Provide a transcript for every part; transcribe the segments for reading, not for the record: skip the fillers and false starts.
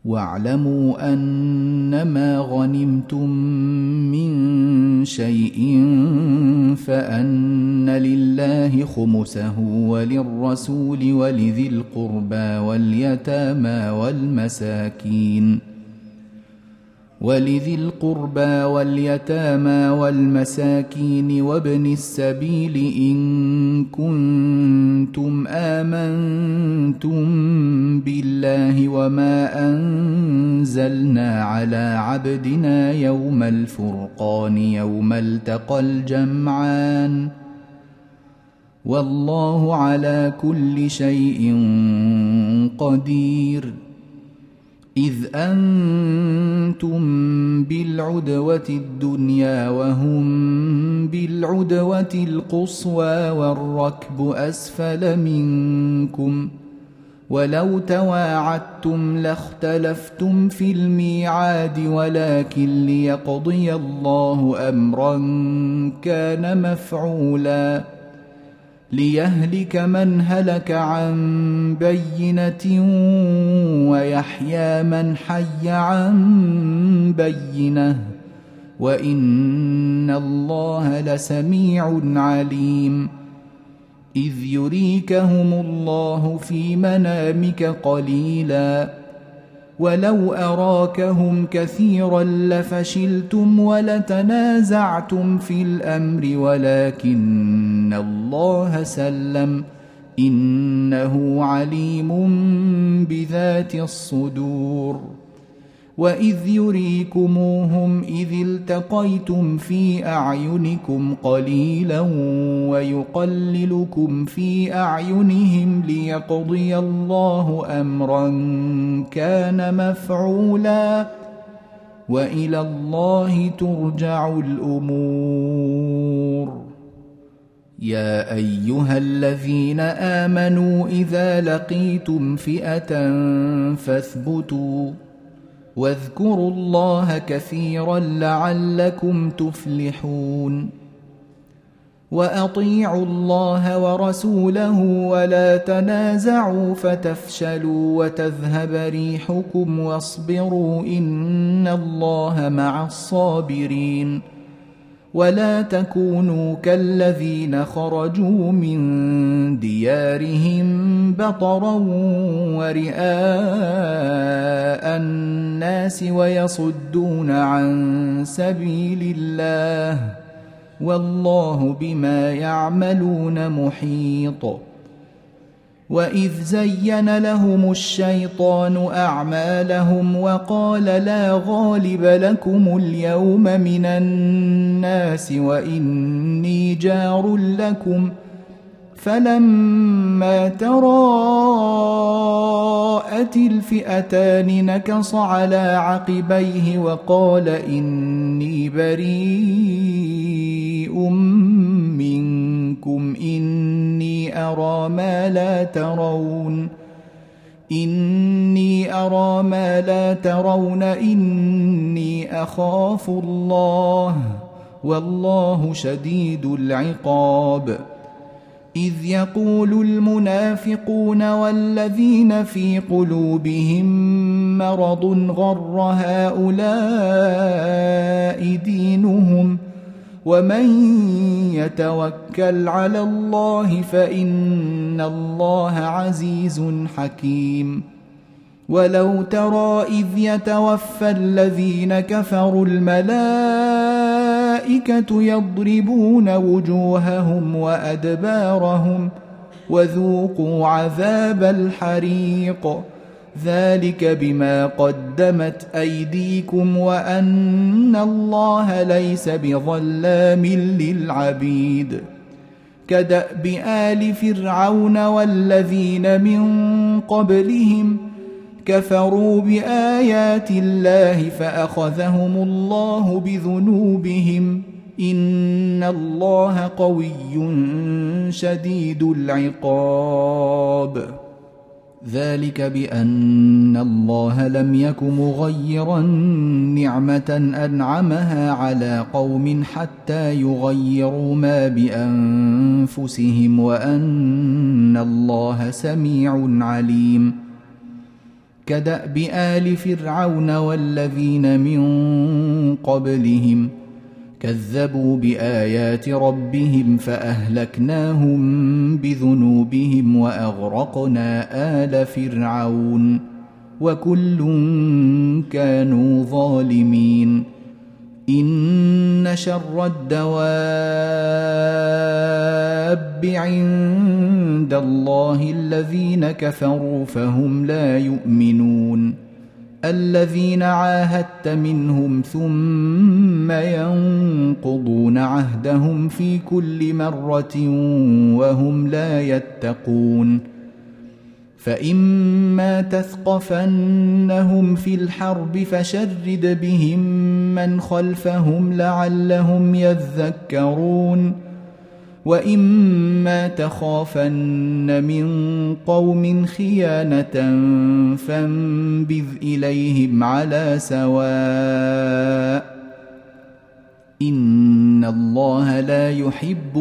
واعلموا أنما غنمتم من شيء فأن لله خمسه وللرسول ولذي القربى واليتامى والمساكين وابن السبيل إن كنتم آمنتم بالله وما أنزلنا على عبدنا يوم الفرقان يوم التقى الجمعان والله على كل شيء قدير. إذ أنتم بالعدوة الدنيا وهم بالعدوة القصوى والركب أسفل منكم ولو تواعدتم لاختلفتم في الميعاد ولكن ليقضي الله أمرا كان مفعولا ليهلك من هلك عن بينة ويحيى من حي عن بينة وإن الله لسميع عليم. إذ يريكهم الله في منامك قليلا ولو أراكهم كثيرا لفشلتم ولتنازعتم في الأمر ولكن الله سلم إنه عليم بذات الصدور. وإذ يريكموهم إذ التقيتم في أعينكم قليلا ويقللكم في أعينهم ليقضي الله أمرا كان مفعولا وإلى الله ترجع الأمور. يا أيها الذين آمنوا إذا لقيتم فئة فاثبتوا واذكروا الله كثيرا لعلكم تفلحون. وأطيعوا الله ورسوله ولا تنازعوا فتفشلوا وتذهب ريحكم واصبروا إن الله مع الصابرين. ولا تكونوا كالذين خرجوا من ديارهم بطرا ورئاء الناس ويصدون عن سبيل الله والله بما يعملون محيط. وإذ زين لهم الشيطان أعمالهم وقال لا غالب لكم اليوم من الناس وإني جار لكم فلما تراءت الفئتان نكص على عقبيه وقال إني بريء منكم إني أرى ما لا ترون إني أخاف الله والله شديد العقاب. إذ يقول المنافقون والذين في قلوبهم مرض غر هؤلاء دينهم ومن يتوكل على الله فإن الله عزيز حكيم. ولو ترى إذ يتوفى الذين كفروا الملائكة يضربون وجوههم وأدبارهم وذوقوا عذاب الحريق ذلك بما قدمت أيديكم وأن الله ليس بظلام للعبيد. كدأب آل فرعون والذين من قبلهم كفروا بآيات الله فأخذهم الله بذنوبهم إن الله قوي شديد العقاب. ذلك بأن الله لم يك مغيرا نعمة أنعمها على قوم حتى يغيروا ما بأنفسهم وأن الله سميع عليم. كدأب آل فرعون والذين من قبلهم كذبوا بآيات ربهم فأهلكناهم بذنوبهم وأغرقنا آل فرعون وكل كانوا ظالمين إن شر الدواب عند الله الذين كفروا فهم لا يؤمنون الذين عاهدت منهم ثم ينقضون عهدهم في كل مرة وهم لا يتقون فإما تثقفنهم في الحرب فشرد بهم من خلفهم لعلهم يذكرون وإما تخافن من قوم خيانة فانبذ إليهم على سواء إن الله لا يحب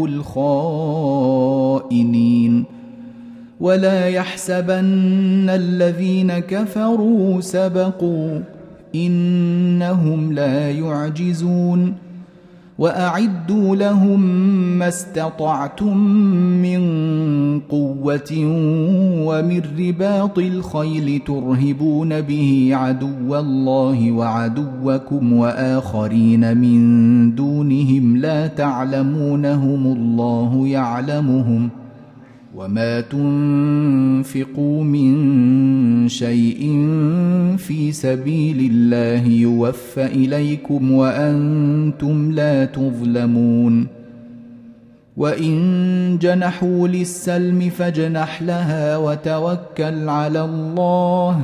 الخائنين ولا يحسبن الذين كفروا سبقوا إنهم لا يعجزون وأعدوا لهم ما استطعتم من قوة ومن رباط الخيل ترهبون به عدو الله وعدوكم وآخرين من دونهم لا تعلمونهم الله يعلمهم وما تنفقوا من شيء في سبيل الله يوفى إليكم وأنتم لا تظلمون وإن جنحوا للسلم فاجنح لها وتوكل على الله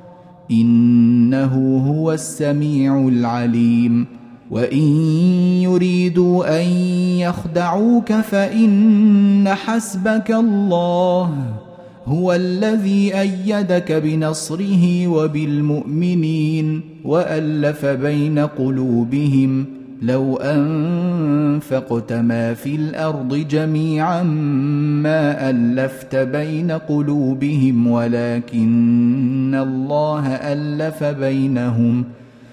إنه هو السميع العليم وإن يريدوا أن يخدعوك فإن حسبك الله هو الذي أيدك بنصره وبالمؤمنين وألف بين قلوبهم لو أنفقت ما في الأرض جميعا ما ألفت بين قلوبهم ولكن الله ألف بينهم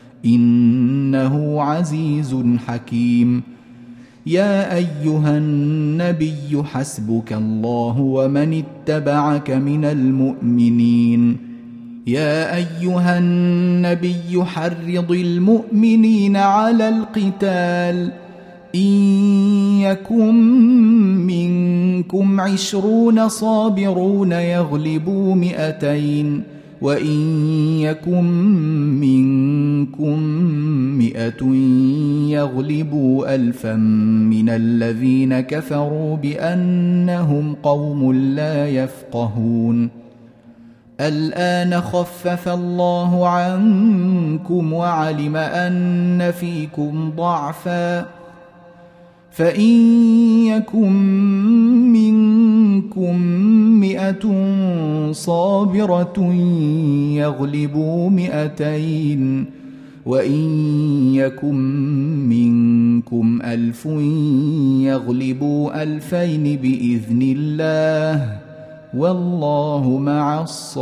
إنه عزيز حكيم يا أيها النبي حسبك الله ومن اتبعك من المؤمنين يا أيها النبي حرض المؤمنين على القتال إن يكن منكم 20 صابرون يغلبوا 200 وإن يكن منكم 100 يغلبوا 1000 من الذين كفروا بأنهم قوم لا يفقهون الآن خفف الله عنكم وعلم أن فيكم ضعفا فإن يكن منكم 100 صابرة يغلبوا 200 وإن يكن منكم 1000 يغلبوا 2000 بإذن الله والله مع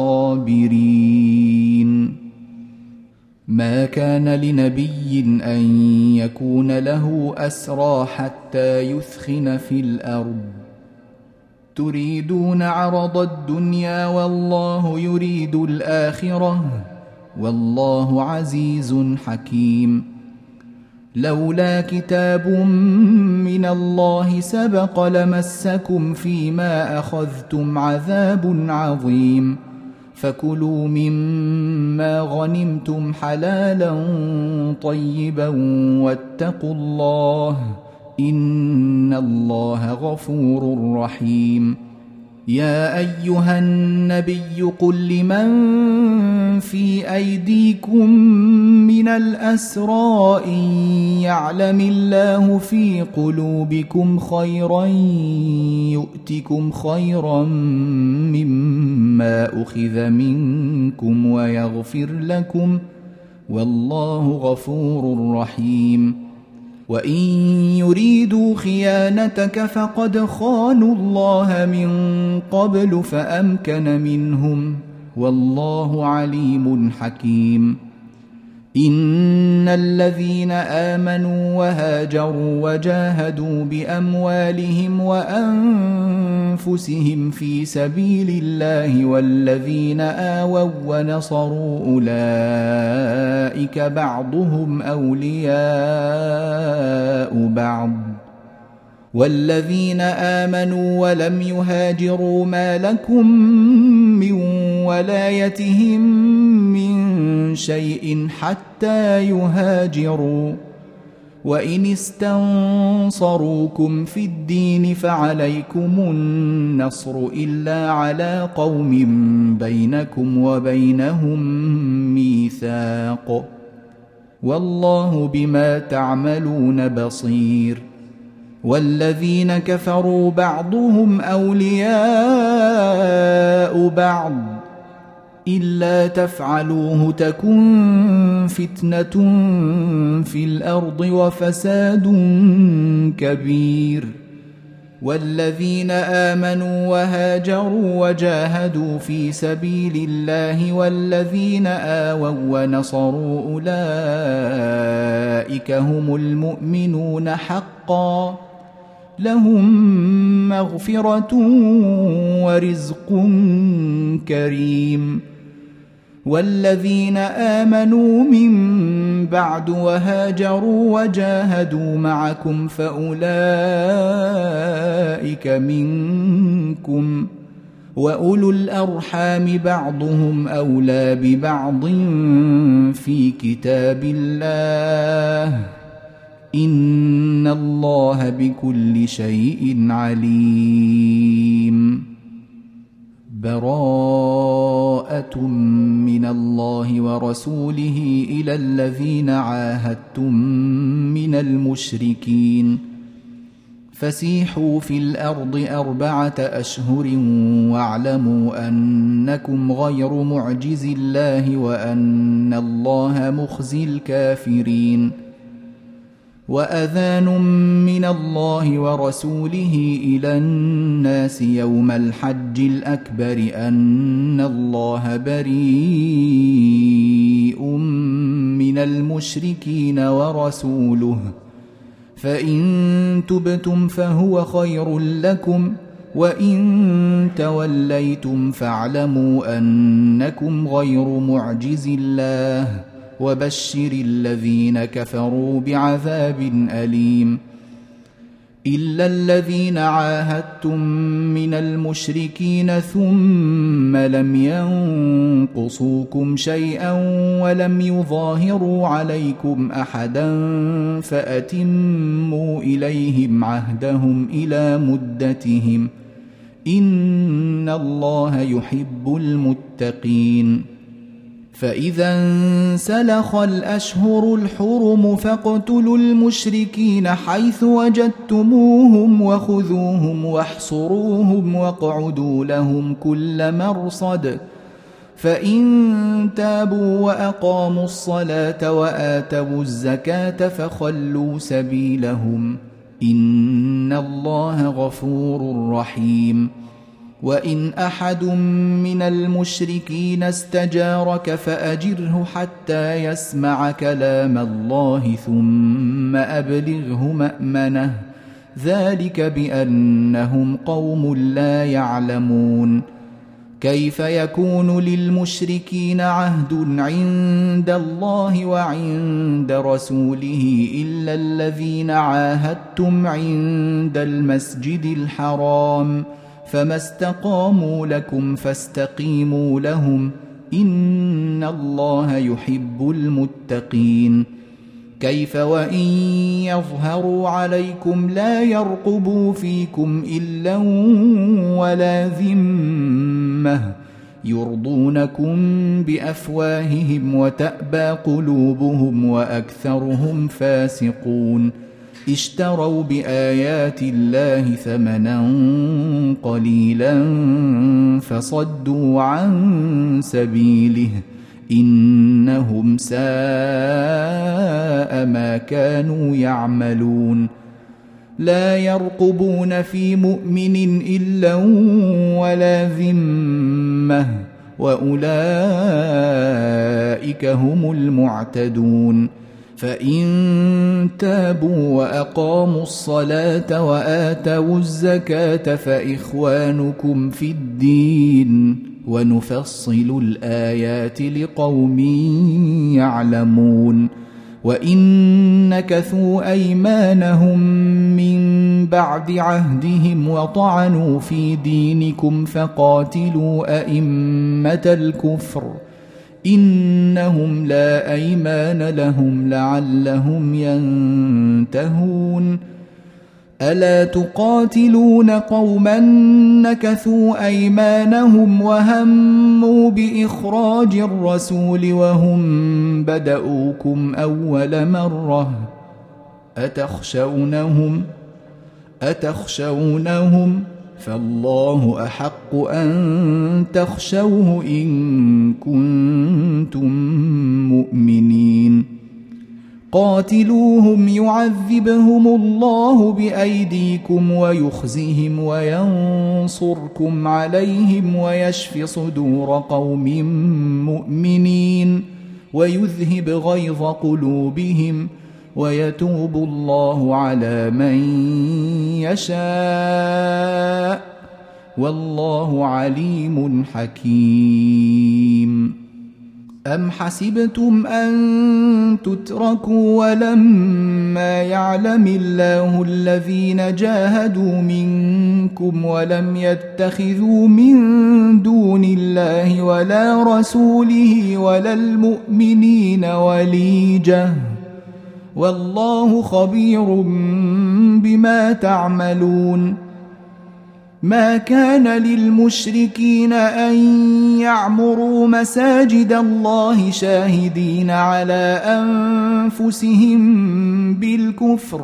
الصابرين ما كان لنبي أن يكون له أسرى حتى يثخن في الأرض تريدون عرض الدنيا والله يريد الآخرة والله عزيز حكيم لولا كتاب من الله سبق لمسكم فيما أخذتم عذاب عظيم فكلوا مما غنمتم حلالا طيبا واتقوا الله إن الله غفور رحيم يا أيها النبي قل لمن في أيديكم من الأسرى إن يعلم الله في قلوبكم خيرا يؤتكم خيرا مما أخذ منكم ويغفر لكم والله غفور رحيم وإن يريدوا خيانتك فقد خانوا الله من قبل فأمكن منهم والله عليم حكيم. إن الذين آمنوا وهاجروا وجاهدوا بأموالهم وأنفسهم في سبيل الله والذين آووا ونصروا أولئك بعضهم أولياء بعض والذين آمنوا ولم يهاجروا ما لكم من ولايتهم من شيء حتى يهاجروا وإن استنصروكم في الدين فعليكم النصر إلا على قوم بينكم وبينهم ميثاق والله بما تعملون بصير. والذين كفروا بعضهم أولياء بعض إلا تفعلوه تكن فتنة في الأرض وفساد كبير. والذين آمنوا وهاجروا وجاهدوا في سبيل الله والذين آووا ونصروا أولئك هم المؤمنون حقا لهم مغفرة ورزق كريم. والذين آمنوا من بعد وهاجروا وجاهدوا معكم فأولئك منكم وأولو الأرحام بعضهم أولى ببعض في كتاب الله إن الله بكل شيء عليم. براءة من الله ورسوله إلى الذين عاهدتم من المشركين فسيحوا في الأرض 4 أشهر واعلموا أنكم غير معجز الله وأن الله مخزي الكافرين. وأذان من الله ورسوله إلى الناس يوم الحج الأكبر أن الله بريء من المشركين ورسوله فإن تبتم فهو خير لكم وإن توليتم فاعلموا أنكم غير معجز الله وبشر الذين كفروا بعذاب أليم. إلا الذين عاهدتم من المشركين ثم لم ينقصوكم شيئا ولم يظاهروا عليكم أحدا فأتموا إليهم عهدهم إلى مدتهم إن الله يحب المتقين. فإذا انسلخ الأشهر الحرم فاقتلوا المشركين حيث وجدتموهم وخذوهم واحصروهم واقعدوا لهم كل مرصد فإن تابوا وأقاموا الصلاة وآتوا الزكاة فخلوا سبيلهم إن الله غفور رحيم. وإن أحد من المشركين استجارك فأجره حتى يسمع كلام الله ثم أبلغه مأمنه ذلك بأنهم قوم لا يعلمون. كيف يكون للمشركين عهد عند الله وعند رسوله إلا الذين عاهدتم عند المسجد الحرام فما استقاموا لكم فاستقيموا لهم إن الله يحب المتقين. كيف وإن يظهروا عليكم لا يرقبوا فيكم إلا ولا ذمة يرضونكم بأفواههم وتأبى قلوبهم وأكثرهم فاسقون. اشتروا بآيات الله ثمنا قليلا فصدوا عن سبيله إنهم ساء ما كانوا يعملون. لا يرقبون في مؤمن إلا ولا ذمة وأولئك هم المعتدون. فإن تابوا وأقاموا الصلاة وآتوا الزكاة فإخوانكم في الدين ونفصل الآيات لقوم يعلمون. وإن نكثوا أيمانهم من بعد عهدهم وطعنوا في دينكم فقاتلوا أئمة الكفر إنهم لا أيمان لهم لعلهم ينتهون. ألا تقاتلون قوما نكثوا أيمانهم وهموا بإخراج الرسول وهم بدؤوكم أول مرة أتخشونهم فالله أحق أن تخشوه إن كنتم مؤمنين. قاتلوهم يعذبهم الله بأيديكم ويخزهم وينصركم عليهم ويشف صدور قوم مؤمنين ويذهب غيظ قلوبهم ويتوب الله على من يشاء والله عليم حكيم. أم حسبتم أن تتركوا ولما يعلم الله الذين جاهدوا منكم ولم يتخذوا من دون الله ولا رسوله ولا المؤمنين وليجة والله خبير بما تعملون. ما كان للمشركين أن يعمروا مساجد الله شاهدين على أنفسهم بالكفر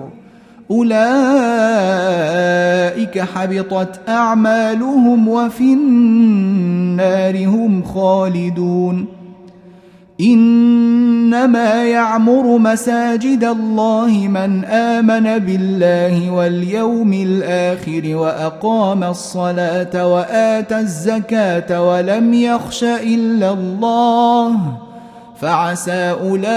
أولئك حبطت أعمالهم وفي النار هم خالدون. إنما يعمر مساجد الله من آمن بالله واليوم الآخر وأقام الصلاة وآتى الزكاة ولم يخش إلا الله فعسى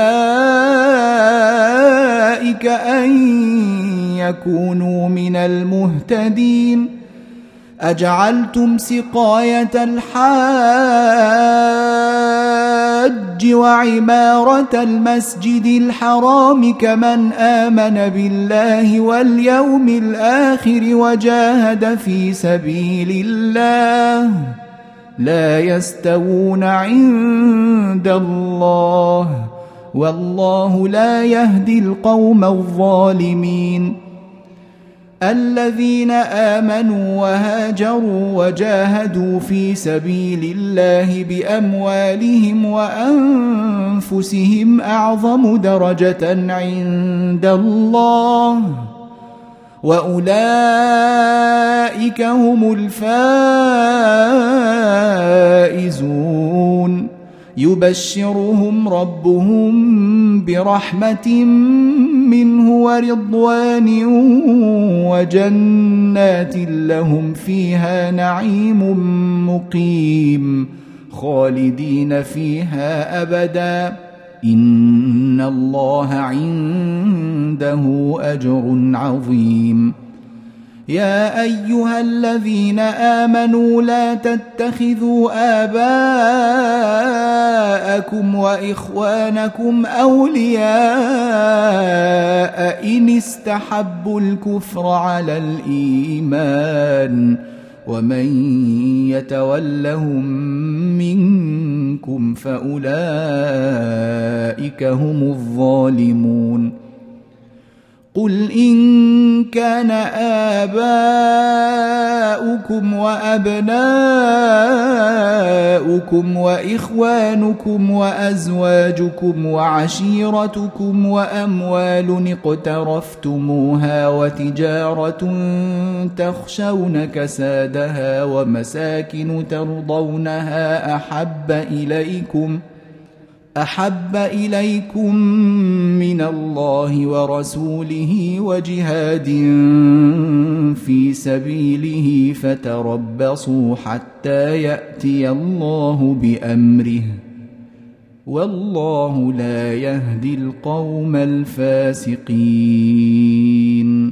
أولئك أن يكونوا من المهتدين. أجعلتم سقاية الحاج وعمارة المسجد الحرام كمن آمن بالله واليوم الآخر وجاهد في سبيل الله لا يستوون عند الله والله لا يهدي القوم الظالمين. الذين آمنوا وهاجروا وجاهدوا في سبيل الله بأموالهم وأنفسهم أعظم درجة عند الله وأولئك هم الفائزون. يبشرهم ربهم برحمة منه ورضوان وجنات لهم فيها نعيم مقيم خالدين فيها أبدا إن الله عنده أجر عظيم. يا أيها الذين آمنوا لا تتخذوا آباءكم وإخوانكم أولياء إن استحبوا الكفر على الإيمان ومن يتولهم منكم فأولئك هم الظالمون. قل إن كان آباؤكم وأبناؤكم وإخوانكم وأزواجكم وعشيرتكم وأموال اقترفتموها وتجارة تخشون كسادها ومساكن ترضونها أحب إليكم من الله ورسوله وجهاد في سبيله فتربصوا حتى يأتي الله بأمره والله لا يهدي القوم الفاسقين.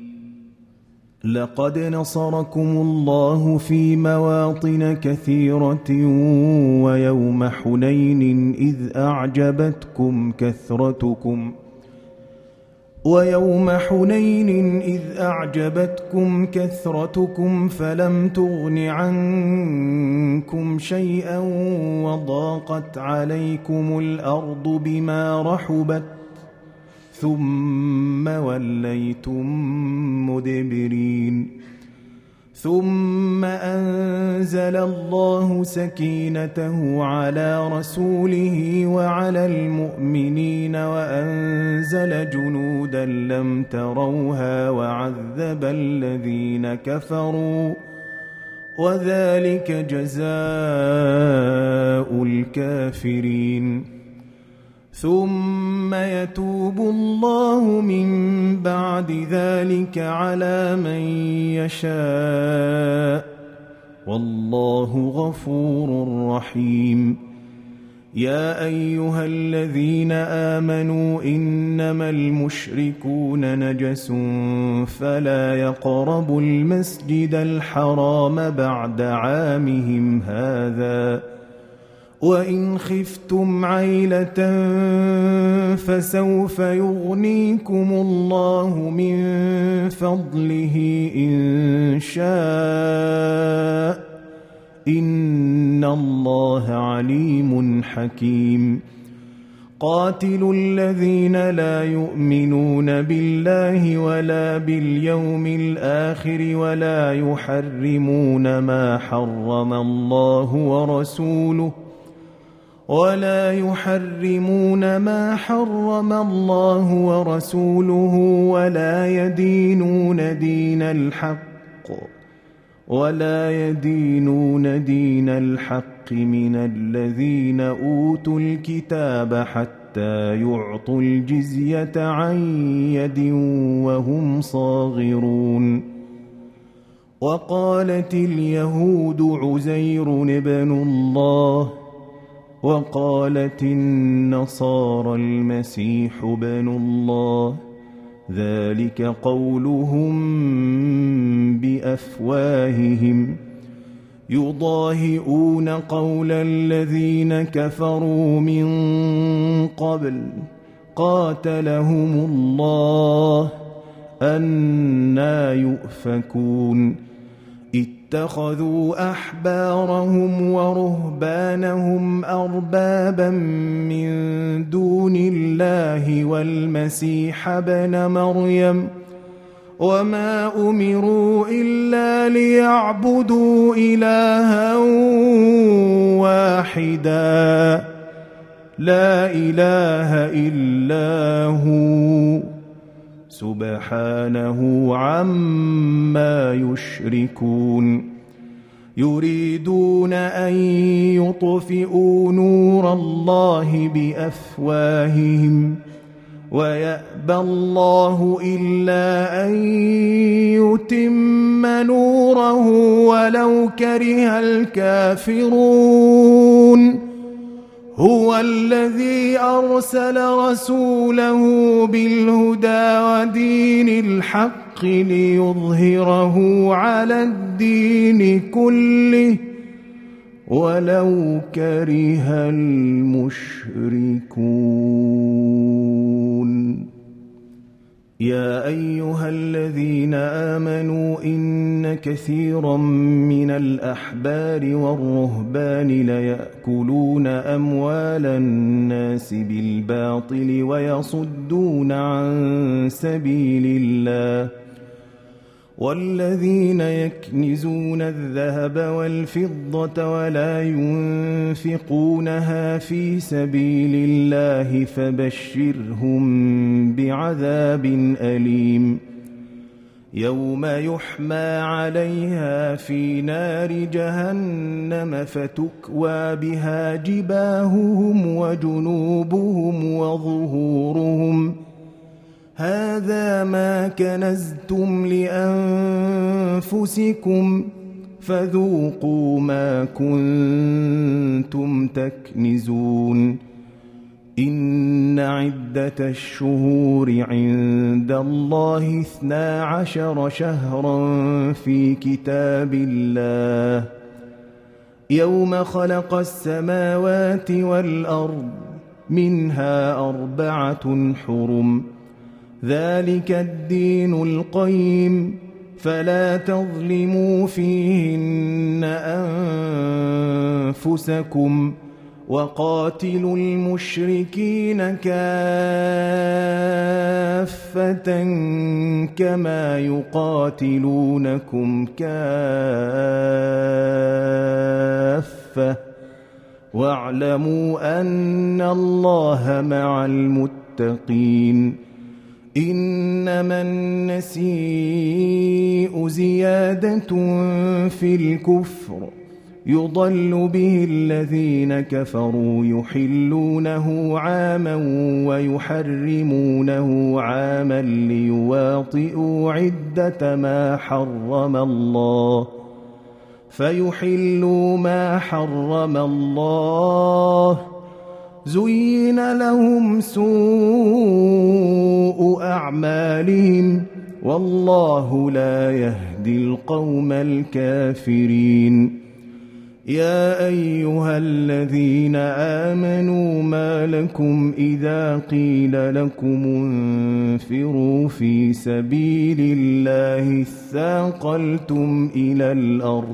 لقد نصركم الله في مواطن كثيرة ويوم حنين إذ أعجبتكم كثرتكم فلم تغن عنكم شيئا وضاقت عليكم الأرض بما رحبت ثم وليتم مدبرين. ثم أنزل الله سكينته على رسوله وعلى المؤمنين وأنزل جنودا لم تروها وعذب الذين كفروا وذلك جزاء الكافرين. ثم يتوب الله من بعد ذلك على من يشاء والله غفور رحيم. يا أيها الذين آمنوا إنما المشركون نجس فلا يقربوا المسجد الحرام بعد عامهم هذا وإن خفتم عيلة فسوف يغنيكم الله من فضله إن شاء إن الله عليم حكيم. قاتلوا الذين لا يؤمنون بالله ولا باليوم الآخر ولا يحرمون ما حرم الله ورسوله ولا يدينون دين الحق من الذين أوتوا الكتاب حتى يعطوا الجزية عن يد وهم صاغرون. وقالت اليهود عزير ابن الله وقالت النصارى المسيح ابن الله ذلك قولهم بأفواههم يضاهئون قول الذين كفروا من قبل قاتلهم الله أنى يؤفكون. اتخذوا أحبارهم ورهبانهم أربابا من دون الله والمسيح ابن مريم وما أمروا إلا ليعبدوا إلها واحدا لا إله إلا هو سبحانه عما يشركون. يريدون أن يطفئوا نور الله بأفواههم ويأبى الله إلا أن يتم نوره ولو كره الكافرون. هو الذي أرسل رسوله بالهدى ودين الحق ليظهره على الدين كله ولو كره المشركون. يا أيها الذين آمنوا إن كثيرا من الأحبار والرهبان ليأكلون أموال الناس بالباطل ويصدون عن سبيل الله والذين يكنزون الذهب والفضة ولا ينفقونها في سبيل الله فبشرهم بعذاب أليم. يوم يحمى عليها في نار جهنم فتكوى بها جباههم وجنوبهم وظهورهم هذا ما كنزتم لأنفسكم فذوقوا ما كنتم تكنزون إن عدة الشهور عند الله 12 شهرا في كتاب الله يوم خلق السماوات والأرض منها 4 حرم ذلك الدين القيم فلا تظلموا فيهن أنفسكم وقاتلوا المشركين كافة كما يقاتلونكم كافة واعلموا أن الله مع المتقين إنما النسيء زيادة في الكفر يضل به الذين كفروا يحلونه عاما ويحرمونه عاما ليواطئوا عدة ما حرم الله فيحلوا ما حرم الله زين لهم سوء أعمالهم والله لا يهدي القوم الكافرين يا أيها الذين آمنوا ما لكم إذا قيل لكم انفروا في سبيل الله اثاقلتم إلى الأرض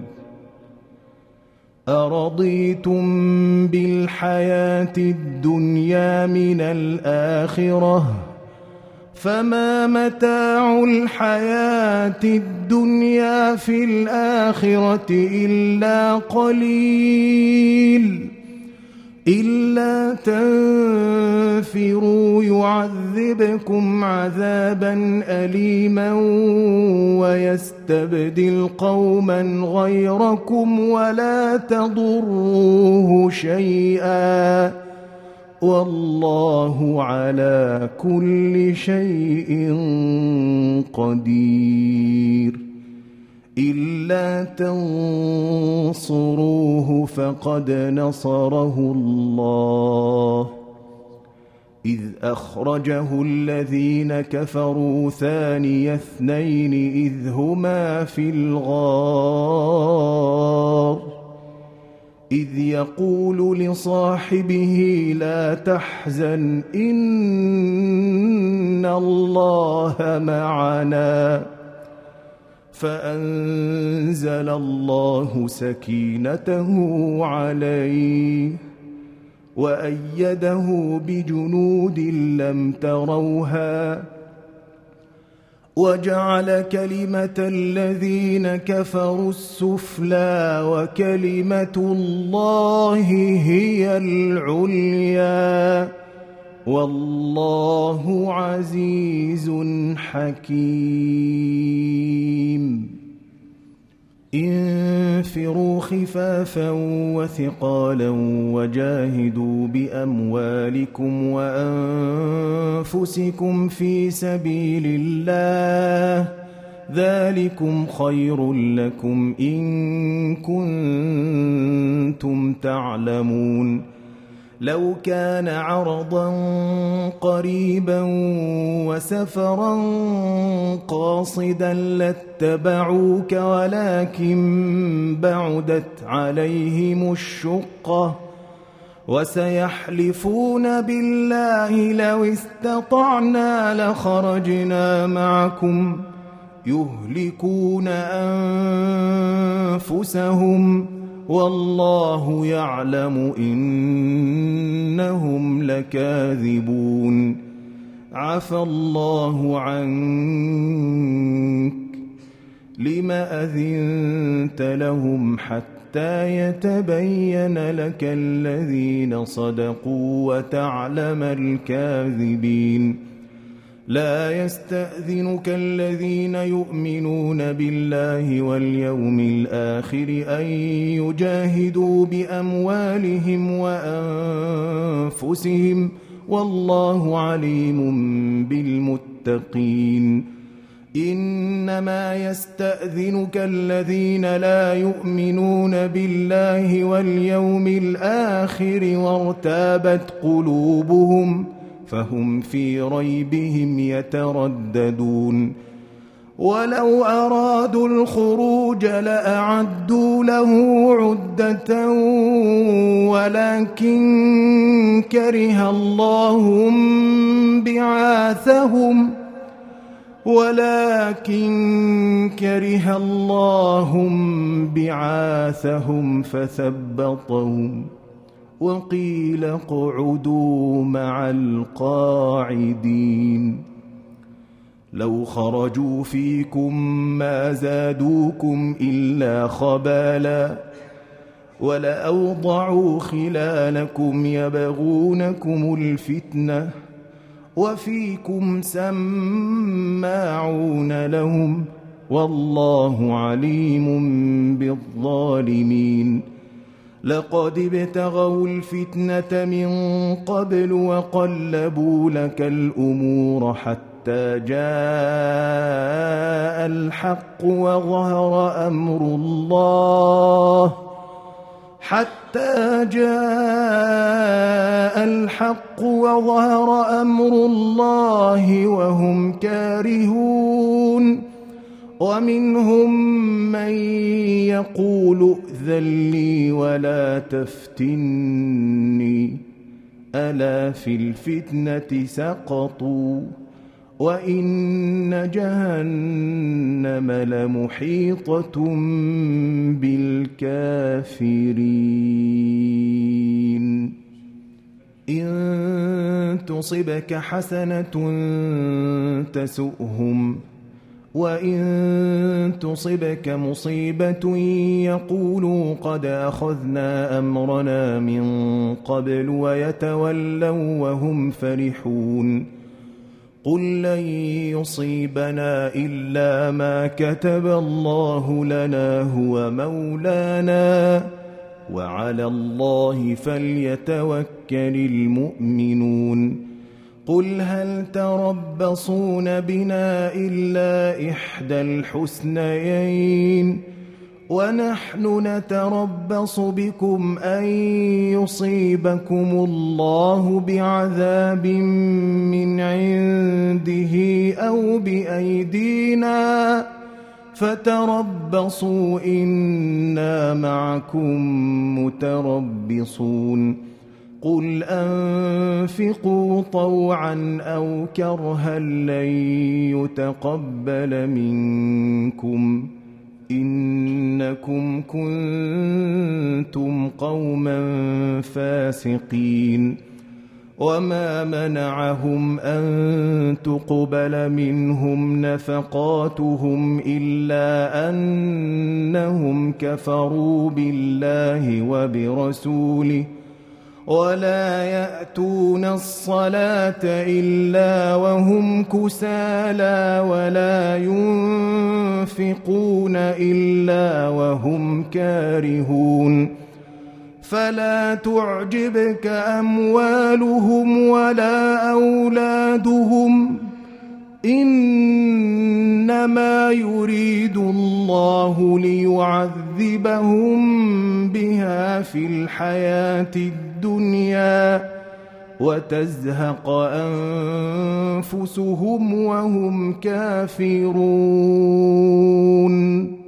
أرضيتم بالحياة الدنيا من الآخرة فما متاع الحياة الدنيا في الآخرة إلا قليل إلا تنفروا يعذبكم عذابا أليما ويستبدل قوما غيركم ولا تضروه شيئا والله على كل شيء قدير إلا تنصروه فقد نصره الله إذ أخرجه الذين كفروا ثاني اثنين إذ هما في الغار إذ يقول لصاحبه لا تحزن إن الله معنا فأنزل الله سكينته عليه وأيده بجنود لم تروها وجعل كلمة الذين كفروا السفلى وكلمة الله هي العليا والله عزيز حكيم انفروا خفافا وثقالا وجاهدوا بأموالكم وأنفسكم في سبيل الله ذلكم خير لكم إن كنتم تعلمون لو كان عرضا قريبا وسفرا قاصدا لاتبعوك ولكن بعدت عليهم الشقة وسيحلفون بالله لو استطعنا لخرجنا معكم يهلكون أنفسهم والله يعلم إنهم لكاذبون عفى الله عنك لم أذنت لهم حتى يتبين لك الذين صدقوا وتعلم الكاذبين. لا يستأذنك الذين يؤمنون بالله واليوم الآخر أن يجاهدوا بأموالهم وأنفسهم والله عليم بالمتقين إنما يستأذنك الذين لا يؤمنون بالله واليوم الآخر وارتابت قلوبهم فهم في ريبهم يترددون ولو أرادوا الخروج لأعدوا له عدة ولكن كره الله بعاثهم فثبطهم وقيل اقعدوا مع القاعدين لو خرجوا فيكم ما زادوكم إلا خبالا ولأوضعوا خلالكم يبغونكم الفتنة وفيكم سماعون لهم والله عليم بالظالمين لقد ابتغوا الفتنة من قبل وقلبوا لك الأمور حتى جاء الحق وظهر أمر الله وهم كارهون ومنهم من يقول ائذن لي ولا تفتني ألا في الفتنة سقطوا وإن جهنم لمحيطة بالكافرين إن تصبك حسنة تسؤهم وإن تصبك مصيبة يقولوا قد أخذنا أمرنا من قبل ويتولوا وهم فرحون قل لن يصيبنا إلا ما كتب الله لنا هو مولانا وعلى الله فليتوكل المؤمنون قل هل تربصون بنا إلا إحدى الحسنيين ونحن نتربص بكم أن يصيبكم الله بعذاب من عنده أو بأيدينا فتربصوا إنا معكم متربصون قل أنفقوا طوعا أو كرها لن يتقبل منكم إنكم كنتم قوما فاسقين وما منعهم أن تقبل منهم نفقاتهم إلا أنهم كفروا بالله وبرسوله ولا يأتون الصلاة إلا وهم كسالى ولا ينفقون إلا وهم كارهون فلا تعجبك أموالهم ولا أولادهم إنما يريد الله ليعذبهم بها في الحياة الدنيا وتزهق أنفسهم وهم كافرون